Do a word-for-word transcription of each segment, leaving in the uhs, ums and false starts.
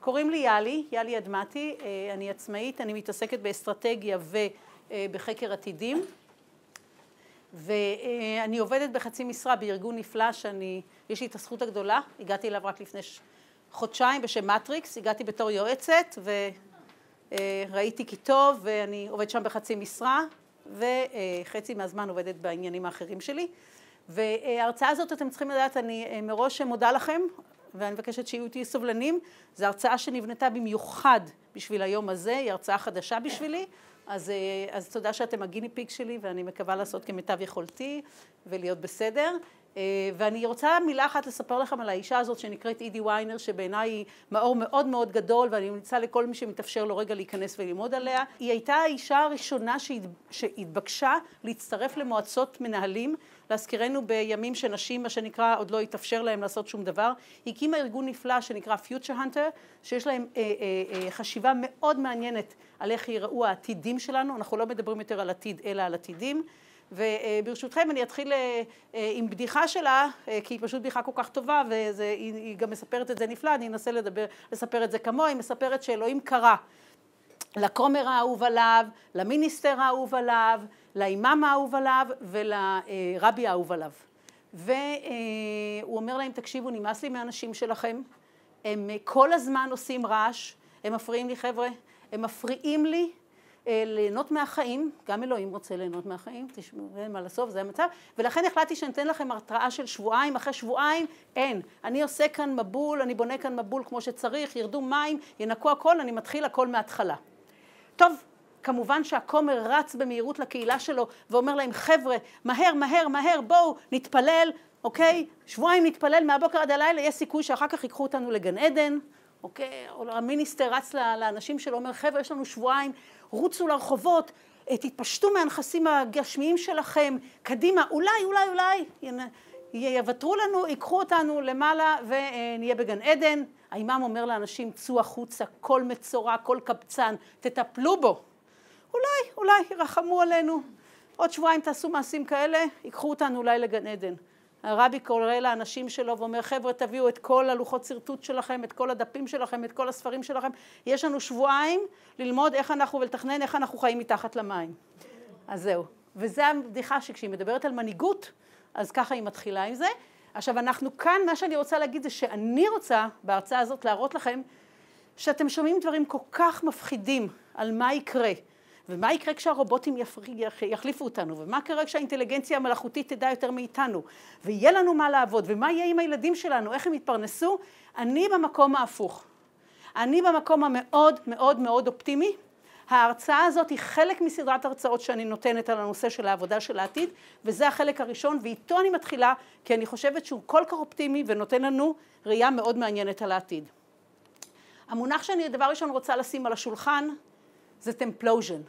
קוראים לי יאלי, יאלי אדמתי, אני עצמאית, אני מתעסקת באסטרטגיה ובחקר עתידים, ואני עובדת בחצי משרה בארגון נפלא שאני, יש לי את הזכות הגדולה, הגעתי אליו רק לפני חודשיים בשם מטריקס, הגעתי בתור יועצת וראיתי כי טוב, ואני עובדת שם בחצי משרה, וחצי מהזמן עובדת בעניינים האחרים שלי. וההרצאה הזאת, אתם צריכים לדעת, אני מראש מודה לכם, ואני מבקשת שיהיו איתי סובלנים. זו הרצאה שנבנתה במיוחד בשביל היום הזה, היא הרצאה חדשה בשבילי, אז, אז תודה שאתם הגיני פיג שלי, ואני מקווה לעשות כמיטב יכולתי ולהיות בסדר. ואני רוצה מילה אחת לספר לכם על האישה הזאת שנקראת אידי ויינר, שבעיניי היא מאור מאוד מאוד גדול, ואני ממליצה לכל מי שמתאפשר לו רגע להיכנס וללמוד עליה. היא הייתה האישה הראשונה שהתבקשה להצטרף למועצות מנהלים, להזכירנו בימים שנשים, מה שנקרא, עוד לא התאפשר להם לעשות שום דבר. היא הקימה ארגון נפלא שנקרא Future Hunter, שיש להם אה, אה, אה, חשיבה מאוד מעניינת על איך ייראו העתידים שלנו. אנחנו לא מדברים יותר על עתיד, אלא על עתידים. וברשותכם אני אתחיל עם בדיחה שלה, כי היא פשוט בדיחה כל כך טובה, והיא גם מספרת את זה נפלא, אני אנסה לדבר, לספר את זה כמוה. היא מספרת שאלוהים קרא לכומר האהוב עליו, למיניסטר האהוב עליו, לאימאם האהוב עליו ולרבי האהוב עליו. והוא אומר להם, תקשיבו, נמאס לי מהאנשים שלכם, הם כל הזמן עושים רעש, הם מפריעים לי חבר'ה, הם מפריעים לי, ליהנות מהחיים, גם אלוהים רוצה ליהנות מהחיים, תשמעו, אין מה לסוף, זה המצב, ולכן החלטתי שאני אתן לכם הרתעה של שבועיים, אחרי שבועיים, אין. אני עושה כאן מבול, אני בונה כאן מבול כמו שצריך, ירדו מים, ינקו הכל, אני מתחיל הכל מההתחלה. טוב, כמובן שהכומר רץ במהירות לקהילה שלו, ואומר להם, חבר'ה, מהר, מהר, מהר, בואו, נתפלל, אוקיי? שבועיים נתפלל מהבוקר עד הלילה, יש סיכוי שאחר כך ייקחו אותנו לגן עדן, אוקיי? המיניסטר רץ לאנשים שלו, אומר, חבר'ה, יש לנו שבועיים, רוצו לרחובות, תתפשטו מהנכסים הגשמיים שלכם, קדימה, אולי, אולי, אולי, יוותרו לנו, ייקחו אותנו למעלה ונהיה בגן עדן. האימאם אומר לאנשים, צאו החוצה, כל מצורע, כל קבצן, תטפלו בו. אולי, אולי, ירחמו עלינו. עוד שבועיים תעשו מעשים כאלה, ייקחו אותנו אולי לגן עדן. הרבי קורא לאנשים שלו ואומר, חבר'ה, תביאו את כל הלוחות סרטוט שלכם, את כל הדפים שלכם, את כל הספרים שלכם. יש לנו שבועיים ללמוד איך אנחנו ולתכנן, איך אנחנו חיים מתחת למים. אז זהו. וזו הבדיחה שכשהיא מדברת על מנהיגות, אז ככה היא מתחילה עם זה. עכשיו, אנחנו כאן, מה שאני רוצה להגיד זה שאני רוצה בהרצאה הזאת להראות לכם, שאתם שומעים דברים כל כך מפחידים על מה יקרה. ומה יקרה כשהרובוטים יחליפו אותנו, ומה קרה כשהאינטליגנציה המלאכותית תדע יותר מאיתנו, ויהיה לנו מה לעבוד, ומה יהיה עם הילדים שלנו, איך הם יתפרנסו. אני במקום ההפוך. אני במקום המאוד מאוד מאוד אופטימי. ההרצאה הזאת היא חלק מסדרת הרצאות שאני נותנת על הנושא של העבודה של העתיד, וזה החלק הראשון, ואיתו אני מתחילה, כי אני חושבת שהוא כל כך אופטימי, ונותן לנו ראייה מאוד מעניינת על העתיד. המונח שאני דבר ראשון רוצה לשים על השולחן, זה טמפלוז'ן.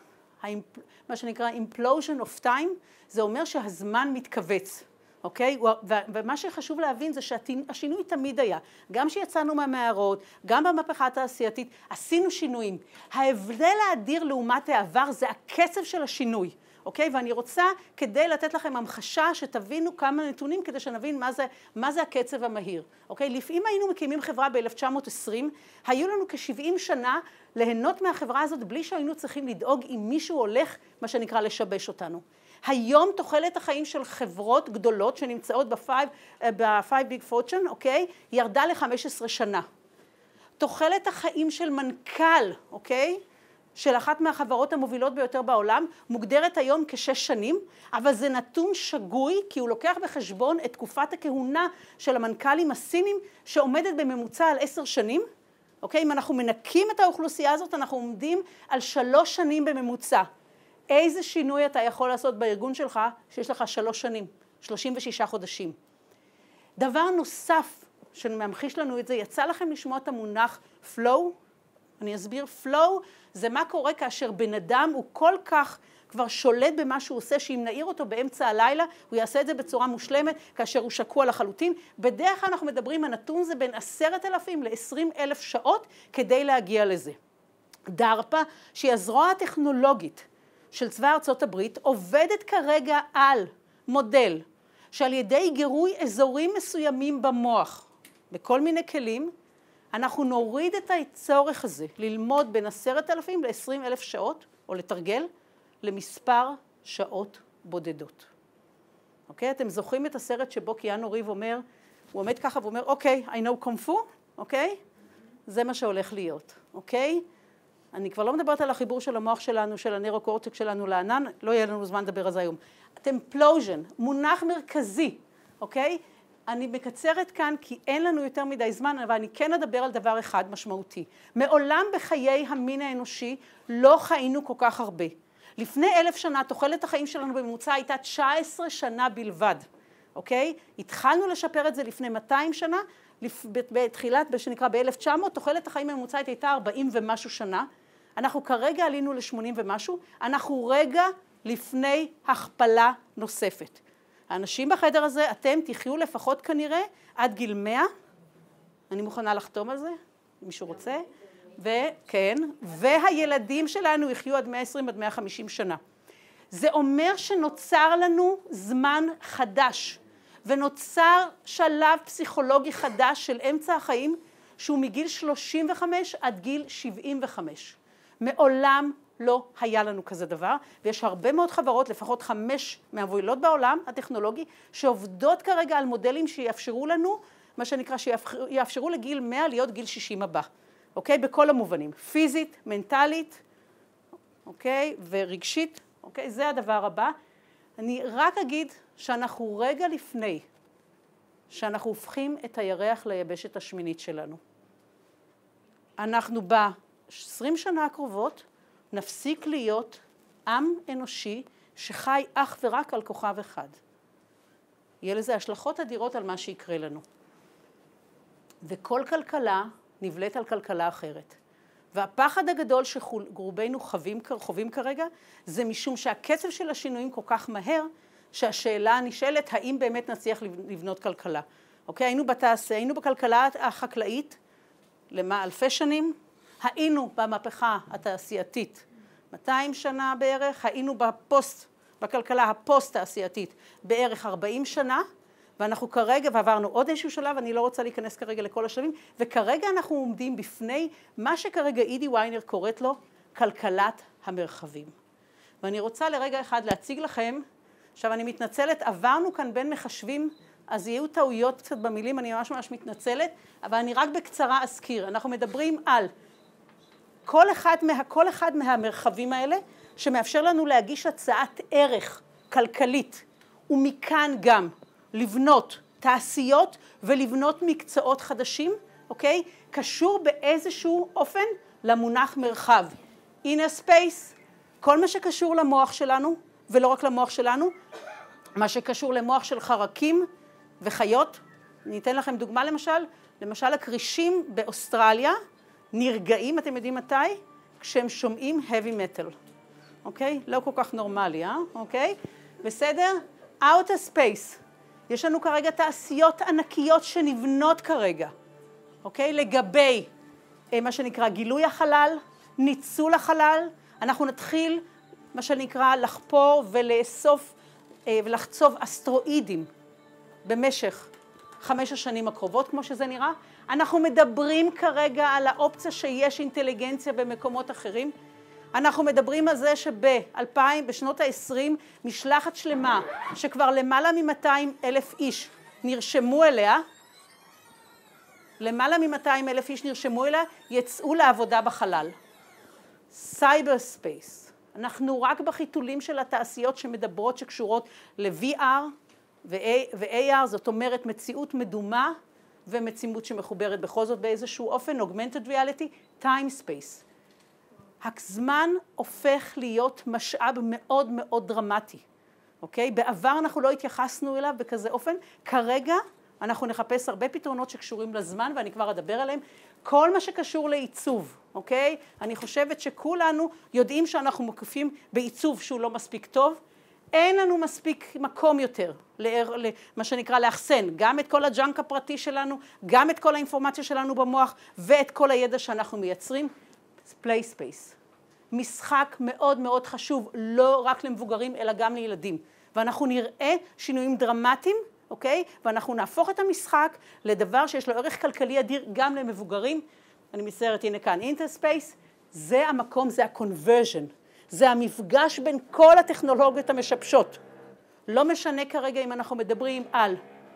מה שנקרא implosion of time, זה אומר שהזמן מתכווץ, אוקיי? ומה שחשוב להבין זה שהשינוי תמיד היה. גם שיצאנו מהמערות, גם במהפכה התעשייתית, עשינו שינויים. ההבדל האדיר לעומת העבר זה הקצב של השינוי, אוקיי? ואני רוצה כדי לתת לכם המחשה שתבינו כמה נתונים כדי שנבין מה זה, מה זה הקצב המהיר, אוקיי? לפעמים היינו מקימים חברה ב-אלף תשע מאות עשרים, היו לנו כ-שבעים שנה ליהנות מהחברה הזאת בלי שהיינו צריכים לדאוג אם מישהו הולך, מה שנקרא, לשבש אותנו. היום תוחלת החיים של חברות גדולות שנמצאות ב-Five Big Fortune, אוקיי? ירדה ל-חמש עשרה שנה. תוחלת החיים של מנכ"ל, אוקיי? של אחת מהחברות המובילות ביותר בעולם, מוגדרת היום כשש שנים, אבל זה נתון שגוי, כי הוא לוקח בחשבון את תקופת הכהונה של המנכ"לים הסינים, שעומדת בממוצע על עשר שנים, אוקיי? אם אנחנו מנקים את האוכלוסייה הזאת, אנחנו עומדים על שלוש שנים בממוצע. איזה שינוי אתה יכול לעשות בארגון שלך, שיש לך שלוש שנים, שלושים ושישה חודשים. דבר נוסף שממחיש לנו את זה, יצא לכם לשמוע את המונח flow, אני אסביר, flow זה מה קורה כאשר בן אדם הוא כל כך כבר שולט במה שהוא עושה, שאם נעיר אותו באמצע הלילה, הוא יעשה את זה בצורה מושלמת, כאשר הוא שקוע לחלוטין. בדרך כלל אנחנו מדברים, הנתון זה בין עשרת אלפים לעשרים אלף שעות כדי להגיע לזה. דארפה, שהיא הזרוע הטכנולוגית של צבא ארצות הברית, עובדת כרגע על מודל שעל ידי גירוי אזורים מסוימים במוח, בכל מיני כלים, אנחנו נוריד את הצורך הזה ללמוד בין עשרת אלפים לעשרים אלף שעות, או לתרגל, למספר שעות בודדות. אוקיי? אתם זוכרים את הסרט שבו קיאנו ריב אומר, הוא עומד ככה ואומר, אוקיי, I know Kung Fu, אוקיי? זה מה שהולך להיות, אוקיי? אני כבר לא מדברת על החיבור של המוח שלנו, של הנוירוקורטקס שלנו לענן, לא יהיה לנו זמן לדבר על זה היום. טמפלוז'ן, מונח מרכזי, אוקיי? אני מקצרת כאן כי אין לנו יותר מדי זמן, אבל אני כן אדבר על דבר אחד משמעותי. מעולם בחיי המין האנושי לא חיינו כל כך הרבה. לפני אלף שנה, תוחלת החיים שלנו בממוצע הייתה תשע עשרה שנה בלבד, אוקיי? התחלנו לשפר את זה לפני מאתיים שנה, בתחילת, שנקרא ב-אלף תשע מאות, תוחלת החיים הממוצעת הייתה ארבעים ומשהו שנה. אנחנו כרגע עלינו ל-שמונים ומשהו, אנחנו רגע לפני הכפלה נוספת. האנשים בחדר הזה, אתם תחיו לפחות כנראה עד גיל מאה, אני מוכנה לחתום על זה, מישהו רוצה, וכן, והילדים שלנו יחיו עד מאה ועשרים עד מאה וחמישים שנה. זה אומר שנוצר לנו זמן חדש, ונוצר שלב פסיכולוגי חדש של אמצע החיים, שהוא מגיל שלושים וחמש עד גיל שבעים וחמש. מעולם לא היה לנו כזה דבר, ויש הרבה מאוד חברות, לפחות חמש מהמובילות בעולם הטכנולוגי, שעובדות כרגע על מודלים שיאפשרו לנו, מה שנקרא שיאפשרו לגיל מאה להיות גיל שישים הבא, אוקיי? בכל המובנים, פיזית, מנטלית, אוקיי? ורגשית, אוקיי? זה הדבר הבא. אני רק אגיד שאנחנו רגע לפני, שאנחנו הופכים את הירח ליבשת השמינית שלנו. אנחנו ב-עשרים שנה הקרובות, נפסיק להיות עם אנושי שחי אך ורק על כוכב אחד. יהיה לזה השלכות אדירות על מה שיקרה לנו. וכל כלכלה נבלט על כלכלה אחרת. והפחד הגדול שגרובנו חווים, חווים כרגע, זה משום שהקצב של השינויים כל כך מהר, שהשאלה הנשאלת, האם באמת נצליח לבנות כלכלה. אוקיי? היינו בתעשייה, היינו בכלכלה החקלאית, למה אלפי שנים, היינו במהפכה התעשייתית מאתיים שנה בערך, היינו בפוסט, בכלכלה הפוסט-תעשייתית בערך ארבעים שנה, ואנחנו כרגע, ועברנו עוד איזשהו שלב, אני לא רוצה להיכנס כרגע לכל השלבים, וכרגע אנחנו עומדים בפני מה שכרגע אידי ויינר קוראת לו כלכלת המרחבים. ואני רוצה לרגע אחד להציג לכם, עכשיו אני מתנצלת, עברנו כאן בין מחשבים, אז יהיו טעויות קצת במילים, אני ממש ממש מתנצלת, אבל אני רק בקצרה אזכיר. אנחנו מדברים על כל אחד, מה, כל אחד מהמרחבים האלה, שמאפשר לנו להגיש הצעת ערך כלכלית, ומכאן גם לבנות תעשיות ולבנות מקצועות חדשים, אוקיי? קשור באיזשהו אופן למונח מרחב. inner space, כל מה שקשור למוח שלנו, ולא רק למוח שלנו, מה שקשור למוח של חרקים וחיות. אני אתן לכם דוגמה למשל, למשל הקרישים באוסטרליה נרגעים, אתם יודעים מתי? כשהם שומעים heavy metal, אוקיי? לא כל כך נורמלי, אה? אוקיי? בסדר? outer space. יש לנו כרגע תעשיות ענקיות שנבנות כרגע, אוקיי? לגבי מה שנקרא גילוי החלל, ניצול החלל, אנחנו נתחיל מה שנקרא לחפור ולאסוף ולחצוב אסטרואידים במשך חמש השנים הקרובות, כמו שזה נראה. אנחנו מדברים כרגע על האופציה שיש אינטליגנציה במקומות אחרים. אנחנו מדברים על זה שב-אלפיים, בשנות ה-עשרים, משלחת שלמה, שכבר למעלה מ-מאתיים אלף איש נרשמו אליה, למעלה מ-מאתיים אלף איש נרשמו אליה, יצאו לעבודה בחלל. סייבר ספייס. אנחנו רק בחיתולים של התעשיות שמדברות שקשורות ל-וי אר ו-איי אר, זאת אומרת מציאות מדומה ומציאות שמחוברת בכל זאת באיזשהו אופן, augmented reality, time space. הזמן הופך להיות משאב מאוד מאוד דרמטי, אוקיי? בעבר אנחנו לא התייחסנו אליו בכזה אופן, כרגע אנחנו נחפש הרבה פתרונות שקשורים לזמן ואני כבר אדבר עליהם, כל מה שקשור לעיצוב, אוקיי? אני חושבת שכולנו יודעים שאנחנו מוקפים בעיצוב שהוא לא מספיק טוב, אין לנו מספיק מקום יותר, למה שנקרא לאחסן, גם את כל הג'אנק הפרטי שלנו, גם את כל האינפורמציה שלנו במוח ואת כל הידע שאנחנו מייצרים, play space. משחק מאוד מאוד חשוב, לא רק למבוגרים אלא גם לילדים. ואנחנו נראה שינויים דרמטיים אוקיי? ואנחנו נהפוך את המשחק לדבר שיש לו ערך כלכלי אדיר גם למבוגרים. אני מצטערת, הנה כאן, אינטרספייס, זה המקום, זה ה-conversion, זה המפגש בין כל הטכנולוגיות המשבשות. לא משנה כרגע אם אנחנו מדברים על,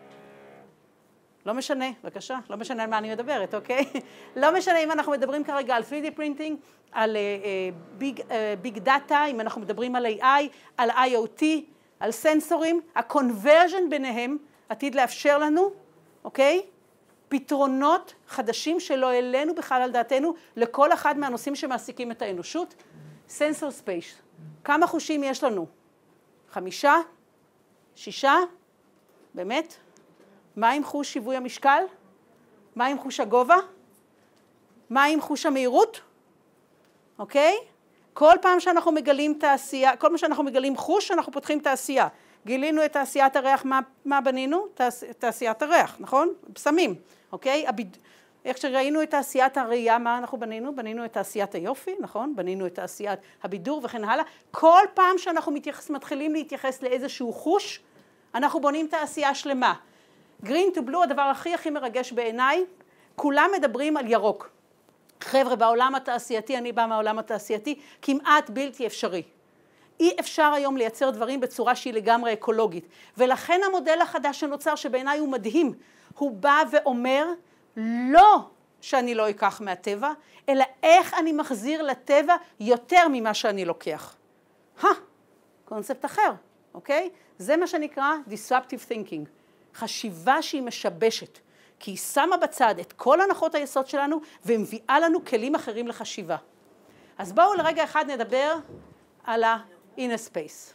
לא משנה, בבקשה, לא משנה על מה אני מדברת, אוקיי? לא משנה אם אנחנו מדברים כרגע על תרי די printing, על ביג, ביג דאטה, אם אנחנו מדברים על איי איי, על איי או טי, על סנסורים, ה-conversion ביניהם עתיד לאפשר לנו, אוקיי? פתרונות חדשים שלא העלינו בכלל על דעתנו לכל אחד מהנושאים שמעסיקים את האנושות. סנסור ספייס, כמה חושים יש לנו? חמישה? שישה? באמת? מה עם חוש שיווי המשקל? מה עם חוש הגובה? מה עם חוש המהירות? אוקיי? כל פעם שאנחנו מגלים תעשייה, כל פעם שאנחנו מגלים חוש, אנחנו פותחים תעשייה. גילינו את תעשיית הריח, מה, מה בנינו? תעש, תעשיית הריח, נכון? בשמים, אוקיי? הביד... איך שראינו את תעשיית הראייה, מה אנחנו בנינו? בנינו את תעשיית היופי, נכון? בנינו את תעשיית הבידור וכן הלאה. כל פעם שאנחנו מתייחס, מתחילים להתייחס לאיזשהו חוש, אנחנו בונים תעשייה שלמה. Green to blue, הדבר הכי הכי מרגש בעיניי, כולם מדברים על ירוק. חבר'ה, בעולם התעשייתי, אני באה מהעולם התעשייתי, כמעט בלתי אפשרי. אי אפשר היום לייצר דברים בצורה שהיא לגמרי אקולוגית. ולכן המודל החדש שנוצר, שבעיניי הוא מדהים, הוא בא ואומר, לא שאני לא אקח מהטבע, אלא איך אני מחזיר לטבע יותר ממה שאני לוקח. הא, קונספט אחר, אוקיי? זה מה שנקרא disruptive thinking. חשיבה שהיא משבשת, כי היא שמה בצד את כל הנחות היסוד שלנו, ומביאה לנו כלים אחרים לחשיבה. אז בואו לרגע אחד נדבר על ה-inner space.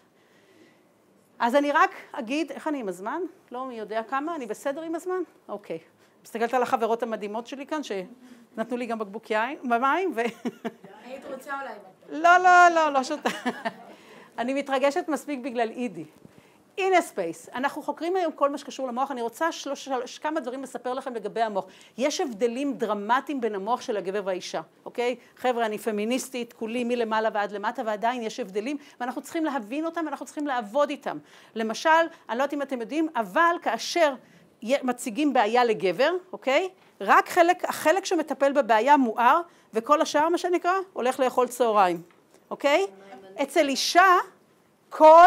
אז אני רק אגיד, איך אני עם הזמן? לא מי יודע כמה, אני בסדר עם הזמן? אוקיי. מסתכלת על החברות המדהימות שלי כאן, שנתנו לי גם בקבוק יין, במים, ו... היית רוצה אולי? לא, לא, לא, לא שותה. אני מתרגשת מספיק בגלל אידי. inner space, אנחנו חוקרים היום כל מה שקשור למוח, אני רוצה שלוש, שלוש, כמה דברים לספר לכם לגבי המוח. יש הבדלים דרמטיים בין המוח של הגבר והאישה, אוקיי? חבר'ה, אני פמיניסטית, כולי מלמעלה ועד למטה, ועדיין יש הבדלים, ואנחנו צריכים להבין אותם, ואנחנו צריכים לעבוד איתם. למשל, אני לא יודעת אם אתם יודעים, אבל כאשר מציגים בעיה לגבר, אוקיי? רק חלק, החלק שמטפל בבעיה מואר, וכל השאר, מה שנקרא, הולך לאכול צהריים, אוקיי? אצל אישה, כל...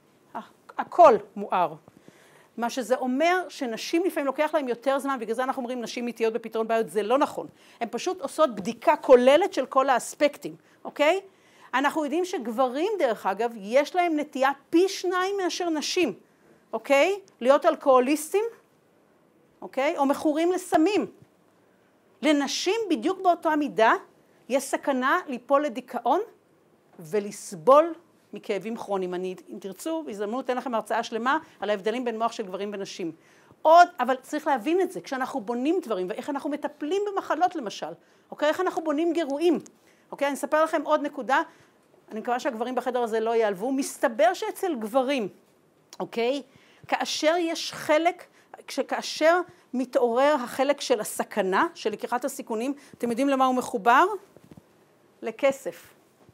הכל מואר. מה שזה אומר שנשים לפעמים לוקח להם יותר זמן, בגלל זה אנחנו אומרים נשים איטיות בפתרון בעיות, זה לא נכון. הן פשוט עושות בדיקה כוללת של כל האספקטים, אוקיי? אנחנו יודעים שגברים, דרך אגב, יש להם נטייה פי שניים מאשר נשים, אוקיי? להיות אלכוהוליסטים, אוקיי? או מכורים לסמים. לנשים בדיוק באותה מידה, יש סכנה ליפול לדיכאון ולסבול מכאבים כרוניים. אני, אם תרצו, בהזדמנות, אתן לכם הרצאה שלמה על ההבדלים בין מוח של גברים ונשים. עוד, אבל צריך להבין את זה, כשאנחנו בונים דברים, ואיך אנחנו מטפלים במחלות למשל, אוקיי? איך אנחנו בונים גירויים, אוקיי? אני אספר לכם עוד נקודה, אני מקווה שהגברים בחדר הזה לא יעלבו, מסתבר שאצל גברים, אוקיי? כאשר יש חלק, כאשר מתעורר החלק של הסכנה, של לקיחת הסיכונים, אתם יודעים למה הוא מחובר? לכסף.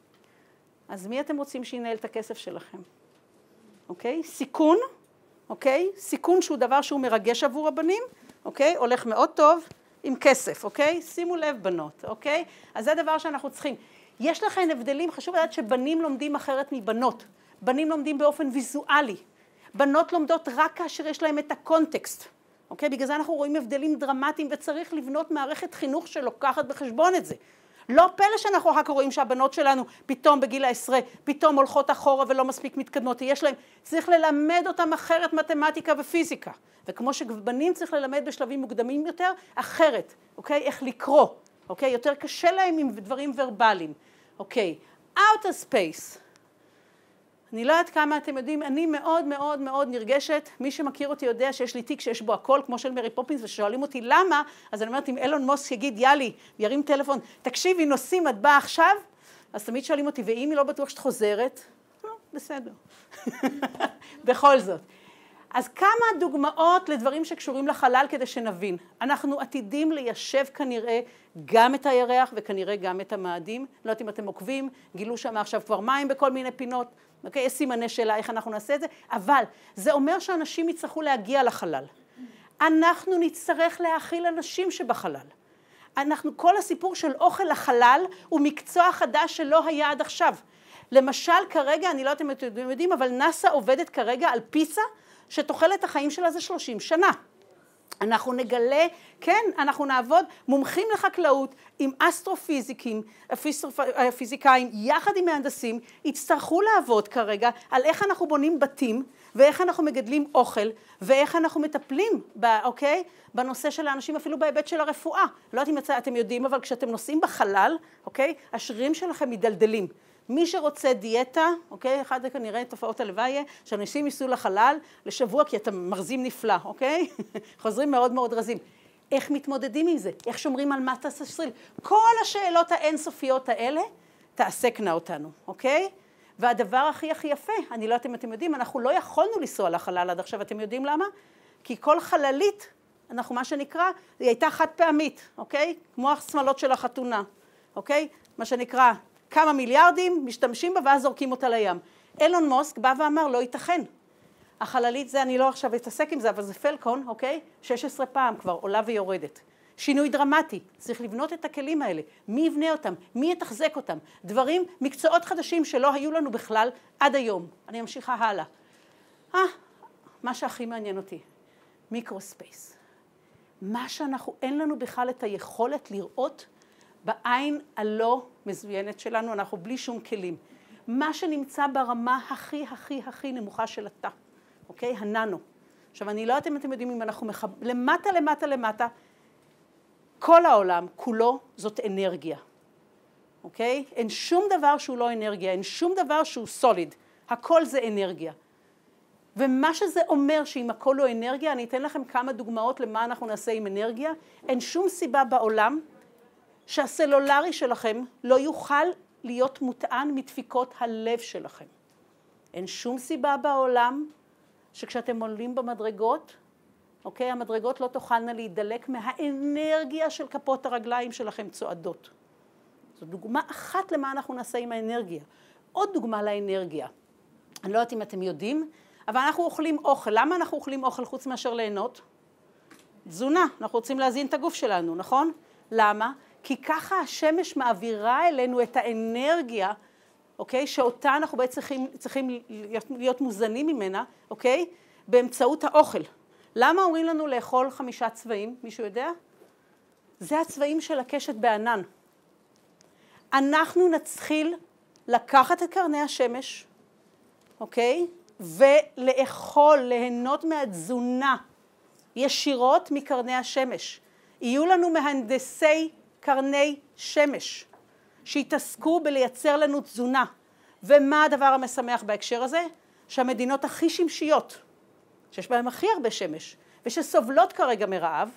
אז מי אתם רוצים שינהל את הכסף שלכם? אוקיי? סיכון, אוקיי? סיכון שהוא דבר שהוא מרגש עבור הבנים, אוקיי? הולך מאוד טוב עם כסף, אוקיי? שימו לב בנות, אוקיי? אז זה דבר שאנחנו צריכים. יש לכם הבדלים, חשוב לדעת שבנים לומדים אחרת מבנות. בנים לומדים באופן ויזואלי. בנות לומדות רק כאשר יש להם את הקונטקסט, אוקיי? בגלל זה אנחנו רואים הבדלים דרמטיים וצריך לבנות מערכת חינוך שלוקחת בחשבון את זה. לא פלא שאנחנו אחר כך רואים שהבנות שלנו פתאום בגיל העשרה, פתאום הולכות אחורה ולא מספיק מתקדמות. יש להם, צריך ללמד אותם אחרת מתמטיקה ופיזיקה. וכמו שבנים צריך ללמד בשלבים מוקדמים יותר, אחרת, אוקיי? איך לקרוא, אוקיי? יותר קשה להם עם דברים ורבליים, אוקיי? Outer space. אני לא יודעת כמה אתם יודעים, אני מאוד מאוד מאוד נרגשת. מי שמכיר אותי יודע שיש לי תיק שיש בו הכל, כמו של מרי פופינס, ושואלים אותי למה, אז אני אומרת, אם אילון מוסק יגיד, יאללה, ירים טלפון, תקשיבי, נוסעים, את באה עכשיו? אז תמיד שואלים אותי, ואם היא לא בטוח שאת חוזרת? לא, בסדר. בכל זאת. אז כמה דוגמאות לדברים שקשורים לחלל כדי שנבין. אנחנו עתידים ליישב כנראה גם את הירח וכנראה גם את המאדים. לא יודעת אם אתם עוקבים, גילו שם עכשיו כבר מים בכל מיני פינות. אוקיי, יש סימני שאלה איך אנחנו נעשה את זה, אבל זה אומר שאנשים יצטרכו להגיע לחלל. אנחנו נצטרך להאכיל אנשים שבחלל. אנחנו, כל הסיפור של אוכל לחלל הוא מקצוע חדש שלא היה עד עכשיו. למשל, כרגע, אני לא יודעת אם אתם יודעים, אבל נאסא עובדת כרגע על פיצה שתוחלת החיים שלה זה שלושים שנה. אנחנו נגלה, כן, אנחנו נעבוד מומחים לחקלאות עם אסטרופיזיקים, פיזיקאים, יחד עם מהנדסים, יצטרכו לעבוד כרגע על איך אנחנו בונים בתים ואיך אנחנו מגדלים אוכל ואיך אנחנו מטפלים, אוקיי, בנושא של האנשים אפילו בהיבט של הרפואה. לא יודעת אם אתם יודעים, אבל כשאתם נוסעים בחלל, אוקיי, השרירים שלכם מדלדלים. מי שרוצה דיאטה, אוקיי, אחד זה כנראה תופעות הלוואי, שאנשים ייסעו לחלל לשבוע כי אתם מרזים נפלא, אוקיי? חוזרים מאוד מאוד רזים. איך מתמודדים עם זה? איך שומרים על מסת השרירים? כל השאלות האינסופיות האלה תעסקנה אותנו, אוקיי? והדבר הכי הכי יפה, אני לא יודעת אם אתם יודעים, אנחנו לא יכולנו לנסוע לחלל עד עכשיו, אתם יודעים למה? כי כל חללית, אנחנו מה שנקרא, היא הייתה חד פעמית, אוקיי? כמו השמלות של החתונה, אוקיי? מה שנקרא, כמה מיליארדים משתמשים בה ואז זורקים אותה לים. אילון מוסק בא ואמר, לא ייתכן. החללית זה, אני לא עכשיו אתעסק עם זה, אבל זה פלקון, אוקיי? שש עשרה פעם כבר עולה ויורדת. שינוי דרמטי, צריך לבנות את הכלים האלה. מי יבנה אותם? מי יתחזק אותם? דברים, מקצועות חדשים שלא היו לנו בכלל עד היום. אני אמשיכה הלאה. אה, מה שהכי מעניין אותי, מיקרוספייס. מה שאנחנו, אין לנו בכלל את היכולת לראות בעין הלא מזוינת שלנו, אנחנו בלי שום כלים. מה שנמצא ברמה הכי הכי הכי נמוכה של התא, אוקיי? הננו. עכשיו אני לא יודעת אם אתם יודעים אם אנחנו מחב... למטה למטה למטה, כל העולם כולו זאת אנרגיה, אוקיי? אין שום דבר שהוא לא אנרגיה, אין שום דבר שהוא סוליד, הכל זה אנרגיה. ומה שזה אומר שאם הכל לא אנרגיה, אני אתן לכם כמה דוגמאות למה אנחנו נעשה עם אנרגיה, אין שום סיבה בעולם שהסלולרי שלכם לא יוכל להיות מוטען מדפיקות הלב שלכם. אין שום סיבה בעולם שכשאתם עולים במדרגות, אוקיי, המדרגות לא תוכלנה להידלק מהאנרגיה של כפות הרגליים שלכם צועדות. זו דוגמה אחת למה אנחנו נעשה עם האנרגיה. עוד דוגמה לאנרגיה. אני לא יודעת אם אתם יודעים, אבל אנחנו אוכלים אוכל. למה אנחנו אוכלים אוכל חוץ מאשר ליהנות? תזונה. אנחנו רוצים להזין את הגוף שלנו, נכון? למה? כי ככה השמש מעבירה אלינו את האנרגיה, אוקיי? שאותה אנחנו בעצם צריכים, צריכים להיות, להיות מוזנים ממנה, אוקיי? באמצעות האוכל. למה אומרים לנו לאכול חמישה צבעים? מישהו יודע? זה הצבעים של הקשת בענן. אנחנו נתחיל לקחת את קרני השמש, אוקיי? ולאכול, ליהנות מהתזונה ישירות מקרני השמש. יהיו לנו מהנדסי קרני שמש שהתעסקו בלייצר לנו תזונה. ומה הדבר המשמח בהקשר הזה? שהמדינות הכי שמשיות, שיש בהן הכי הרבה שמש, ושסובלות כרגע מרעב,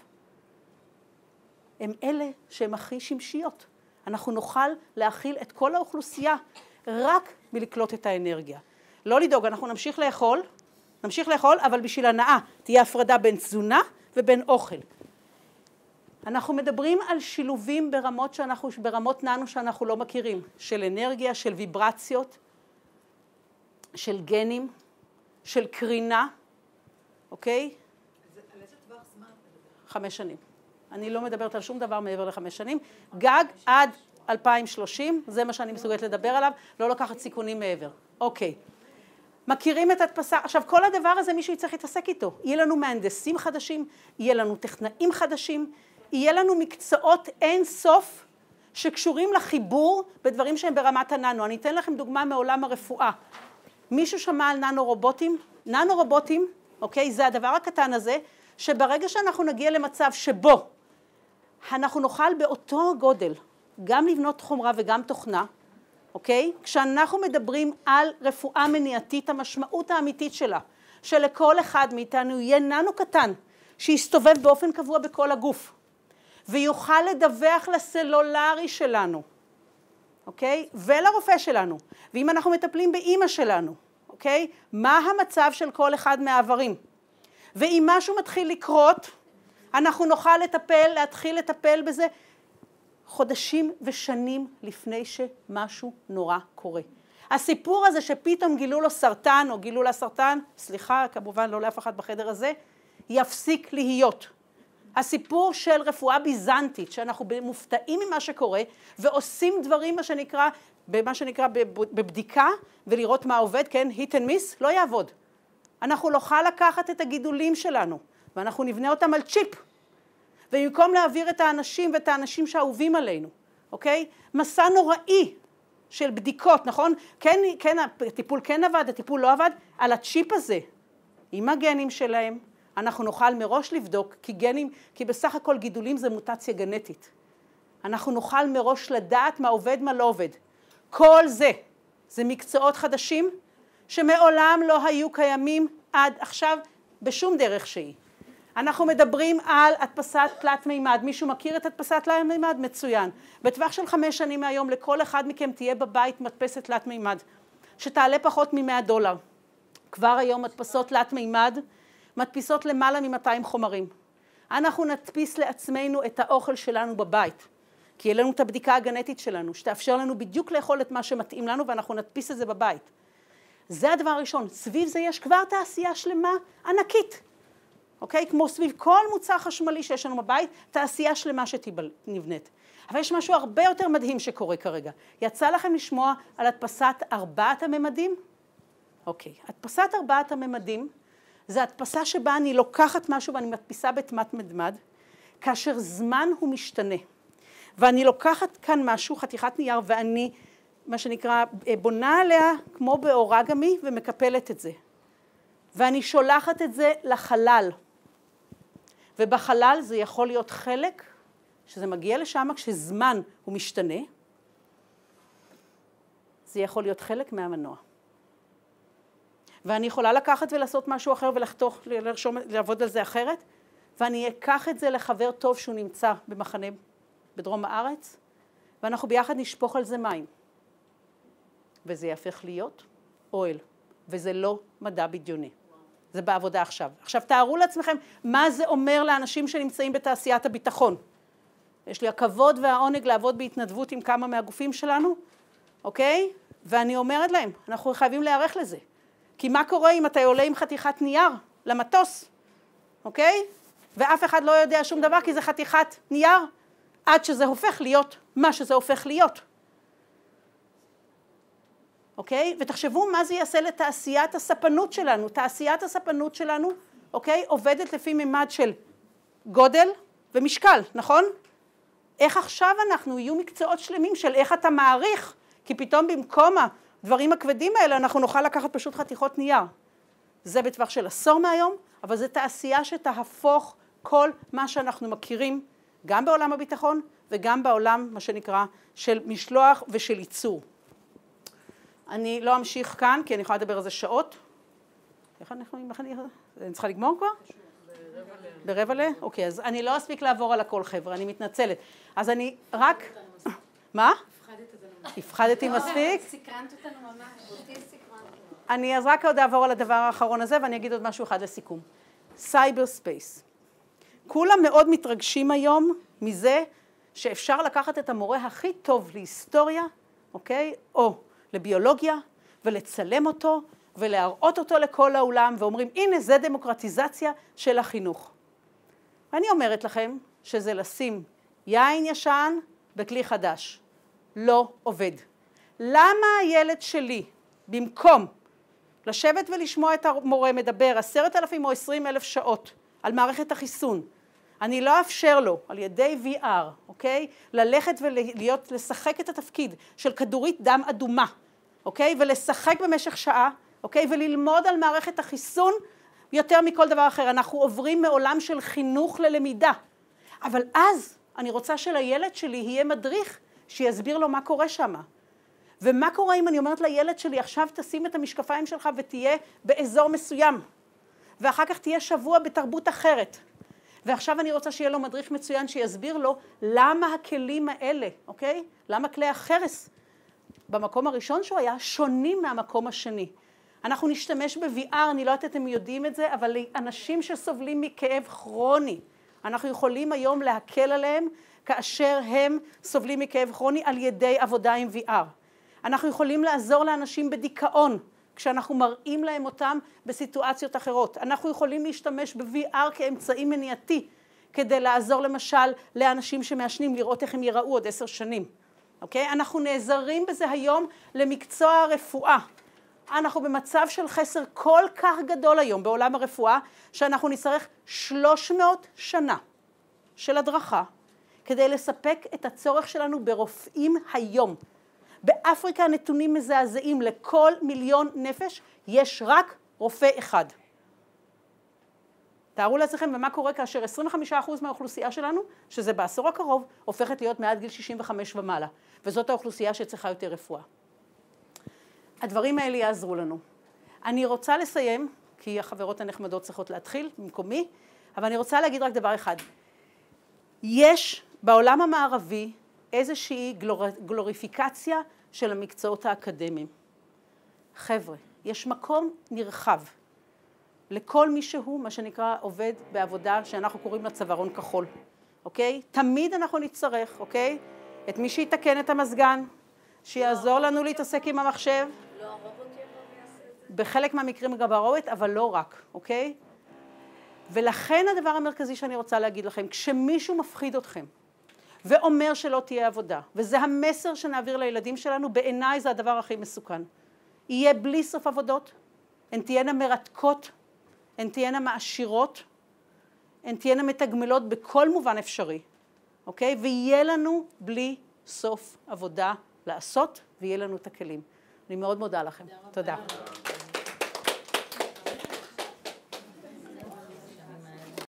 הם אלה שהן הכי שמשיות. אנחנו נוכל להכיל את כל האוכלוסייה רק מלקלוט את האנרגיה. לא לדאוג, אנחנו נמשיך לאכול, נמשיך לאכול, אבל בשביל הנאה תהיה הפרדה בין תזונה ובין אוכל. אנחנו מדברים על שילובים ברמות, שאנחנו, ברמות ננו שאנחנו לא מכירים, של אנרגיה, של ויברציות, של גנים, של קרינה, אוקיי? על איזה טווח זמן? חמש שנים. אני לא מדברת על שום דבר מעבר לחמש שנים. גג עד אלפיים ושלושים, זה מה שאני מסוגלת לדבר עליו, לא לקחת סיכונים מעבר. אוקיי. מכירים את הדפסה, עכשיו כל הדבר הזה מישהו יצטרך להתעסק איתו. יהיה לנו מהנדסים חדשים, יהיה לנו טכנאים חדשים, יהיה לנו מקצועות אין סוף שקשורים לחיבור בדברים שהם ברמת הננו. אני אתן לכם דוגמה מעולם הרפואה. מישהו שמע על ננו רובוטים? ננו רובוטים, אוקיי, זה הדבר הקטן הזה, שברגע שאנחנו נגיע למצב שבו אנחנו נוכל באותו גודל גם לבנות חומרה וגם תוכנה, אוקיי? כשאנחנו מדברים על רפואה מניעתית, המשמעות האמיתית שלה, שלכל אחד מאיתנו יהיה ננו קטן, שיסתובב באופן קבוע בכל הגוף, ויוכל לדווח לסלולרי שלנו, אוקיי? ולרופא שלנו. ואם אנחנו מטפלים באמא שלנו, אוקיי? מה המצב של כל אחד מהעברים? ואם משהו מתחיל לקרות, אנחנו נוכל לטפל, להתחיל לטפל בזה חודשים ושנים לפני שמשהו נורא קורה. הסיפור הזה שפתאום גילו לו סרטן, או גילו לה סרטן, סליחה, כמובן לא לאף אחד בחדר הזה, יפסיק להיות. הסיפור של רפואה ביזנטית, שאנחנו מופתעים ממה שקורה, ועושים דברים, מה שנקרא, במה שנקרא בבדיקה, ולראות מה עובד, כן, hit and miss, לא יעבוד. אנחנו נוכל לקחת את הגידולים שלנו, ואנחנו נבנה אותם על צ'יפ. ובמקום להעביר את האנשים ואת האנשים שאהובים עלינו, אוקיי? מסע נוראי של בדיקות, נכון? כן, כן, הטיפול כן עבד, הטיפול לא עבד, על הצ'יפ הזה, עם הגנים שלהם, אנחנו נוכל מראש לבדוק, כי גנים, כי בסך הכל גידולים זה מוטציה גנטית. אנחנו נוכל מראש לדעת מה עובד, מה לא עובד. כל זה, זה מקצועות חדשים, שמעולם לא היו קיימים עד עכשיו בשום דרך שהיא. אנחנו מדברים על הדפסת תלת מימד. מישהו מכיר את הדפסת תלת מימד? מצוין. בטווח של חמש שנים מהיום לכל אחד מכם תהיה בבית מדפסת תלת מימד, שתעלה פחות מ-מאה דולר. כבר היום מדפסות תלת מימד, מדפיסות למעלה מ-מאתיים חומרים. אנחנו נדפיס לעצמנו את האוכל שלנו בבית, כי יהיה לנו את הבדיקה הגנטית שלנו, שתאפשר לנו בדיוק לאכול את מה שמתאים לנו, ואנחנו נדפיס את זה בבית. זה הדבר הראשון. סביב זה יש כבר תעשייה שלמה ענקית. אוקיי? כמו סביב כל מוצר חשמלי שיש לנו בבית, תעשייה שלמה שתנבנית. אבל יש משהו הרבה יותר מדהים שקורה כרגע. יצא לכם לשמוע על הדפסת ארבעת הממדים? אוקיי. הדפסת ארבעת הממדים זה הדפסה שבה אני לוקחת משהו ואני מדפיסה בתמת מדמד, כאשר זמן הוא משתנה. ואני לוקחת כאן משהו, חתיכת נייר, ואני, מה שנקרא, בונה עליה כמו באורגמי ומקפלת את זה. ואני שולחת את זה לחלל. ובחלל זה יכול להיות חלק, שזה מגיע לשם כשזמן הוא משתנה, זה יכול להיות חלק מהמנוע. ואני יכולה לקחת ולעשות משהו אחר ולחתוך, לרשום, לעבוד על זה אחרת, ואני אקח את זה לחבר טוב שהוא נמצא במחנה בדרום הארץ, ואנחנו ביחד נשפוך על זה מים. וזה יהפך להיות אוהל, וזה לא מדע בדיוני. זה בעבודה עכשיו. עכשיו תארו לעצמכם מה זה אומר לאנשים שנמצאים בתעשיית הביטחון. יש לי הכבוד והעונג לעבוד בהתנדבות עם כמה מהגופים שלנו, אוקיי? ואני אומרת להם, אנחנו חייבים להיערך לזה. כי מה קורה אם אתה עולה עם חתיכת נייר למטוס, אוקיי? ואף אחד לא יודע שום דבר כי זה חתיכת נייר, עד שזה הופך להיות מה שזה הופך להיות. אוקיי? ותחשבו מה זה יעשה לתעשיית הספנות שלנו. תעשיית הספנות שלנו, אוקיי? עובדת לפי ממד של גודל ומשקל, נכון? איך עכשיו אנחנו, יהיו מקצועות שלמים של איך אתה מעריך, כי פתאום במקום הדברים הכבדים האלה אנחנו נוכל לקחת פשוט חתיכות נייר. זה בטווח של עשור מהיום, אבל זה תעשייה שתהפוך כל מה שאנחנו מכירים, גם בעולם הביטחון וגם בעולם, מה שנקרא, של משלוח ושל ייצור. אני לא אמשיך כאן, כי אני יכולה לדבר על זה שעות. איך אני, איך אני, אני צריכה לגמור כבר? ברבע ל? אוקיי, אז אני לא אספיק לעבור על הכל, חבר'ה, אני מתנצלת. אז אני רק... מה? הפחדתי מספיק? סקרנת אותנו ממש. אותי סקרנת. אני אז רק עוד אעבור על הדבר האחרון הזה, ואני אגיד עוד משהו אחד לסיכום. סייבר ספייס. כולם מאוד מתרגשים היום מזה שאפשר לקחת את המורה הכי טוב להיסטוריה, אוקיי? או לביולוגיה, ולצלם אותו, ולהראות אותו לכל העולם, ואומרים, הנה, זה דמוקרטיזציה של החינוך. ואני אומרת לכם שזה לשים יין ישן בכלי חדש. לא עובד. למה הילד שלי, במקום לשבת ולשמוע את המורה מדבר עשרת אלפים או עשרים אלף שעות על מערכת החיסון, אני לא אאפשר לו על ידי וי אר, אוקיי? ללכת ולהיות, לשחק את התפקיד של כדורית דם אדומה, אוקיי? ולשחק במשך שעה, אוקיי? וללמוד על מערכת החיסון יותר מכל דבר אחר. אנחנו עוברים מעולם של חינוך ללמידה. אבל אז אני רוצה שלילד שלי יהיה מדריך שיסביר לו מה קורה שם. ומה קורה אם אני אומרת לילד שלי, עכשיו תשים את המשקפיים שלך ותהיה באזור מסוים. ואחר כך תהיה שבוע בתרבות אחרת. ועכשיו אני רוצה שיהיה לו מדריך מצוין שיסביר לו למה הכלים האלה, אוקיי? למה כלי החרס במקום הראשון שהוא היה שונים מהמקום השני. אנחנו נשתמש ב-וי אר, אני לא יודעת אתם יודעים את זה, אבל לאנשים שסובלים מכאב כרוני, אנחנו יכולים היום להקל עליהם כאשר הם סובלים מכאב כרוני על ידי עבודה עם וי אר. אנחנו יכולים לעזור לאנשים בדיכאון, כשאנחנו מראים להם אותם בסיטואציות אחרות. אנחנו יכולים להשתמש ב-וי אר כאמצעי מניעתי, כדי לעזור למשל לאנשים שמעשנים, לראות איך הם ייראו עוד עשר שנים. אוקיי? אנחנו נעזרים בזה היום למקצוע הרפואה. אנחנו במצב של חסר כל כך גדול היום בעולם הרפואה, שאנחנו נצטרך שלוש מאות שנה של הדרכה, כדי לספק את הצורך שלנו ברופאים היום. באפריקה הנתונים מזעזעים, לכל מיליון נפש יש רק רופא אחד. תארו לעצמכם, ומה קורה כאשר עשרים וחמישה אחוז מהאוכלוסייה שלנו, שזה בעשור הקרוב, הופכת להיות מעל גיל שישים וחמש ומעלה, וזאת האוכלוסייה שצריכה יותר רפואה. הדברים האלה יעזרו לנו. אני רוצה לסיים, כי החברות הנחמדות צריכות להתחיל במקומי, אבל אני רוצה להגיד רק דבר אחד. יש בעולם המערבי איזושהי גלור... גלוריפיקציה של המקצועות האקדמיים. חבר'ה, יש מקום נרחב לכל מי שהוא, מה שנקרא, עובד בעבודה שאנחנו קוראים לה צווארון כחול, אוקיי? תמיד אנחנו נצטרך, אוקיי? את מי שיתקן את המזגן, שיעזור לנו להתעסק עם המחשב. לא, הרובוט יבוא ויעשה את זה. בחלק מהמקרים גם הרובוט, אבל לא רק, אוקיי? ולכן הדבר המרכזי שאני רוצה להגיד לכם, כשמישהו מפחיד אתכם, ואומר שלא תהיה עבודה, וזה המסר שנעביר לילדים שלנו, בעיניי זה הדבר הכי מסוכן. יהיה בלי סוף עבודות, הן תהיינה מרתקות, הן תהיינה מעשירות, הן תהיינה מתגמלות בכל מובן אפשרי, אוקיי? ויהיה לנו בלי סוף עבודה לעשות, ויהיה לנו את הכלים. אני מאוד מודה לכם. תודה.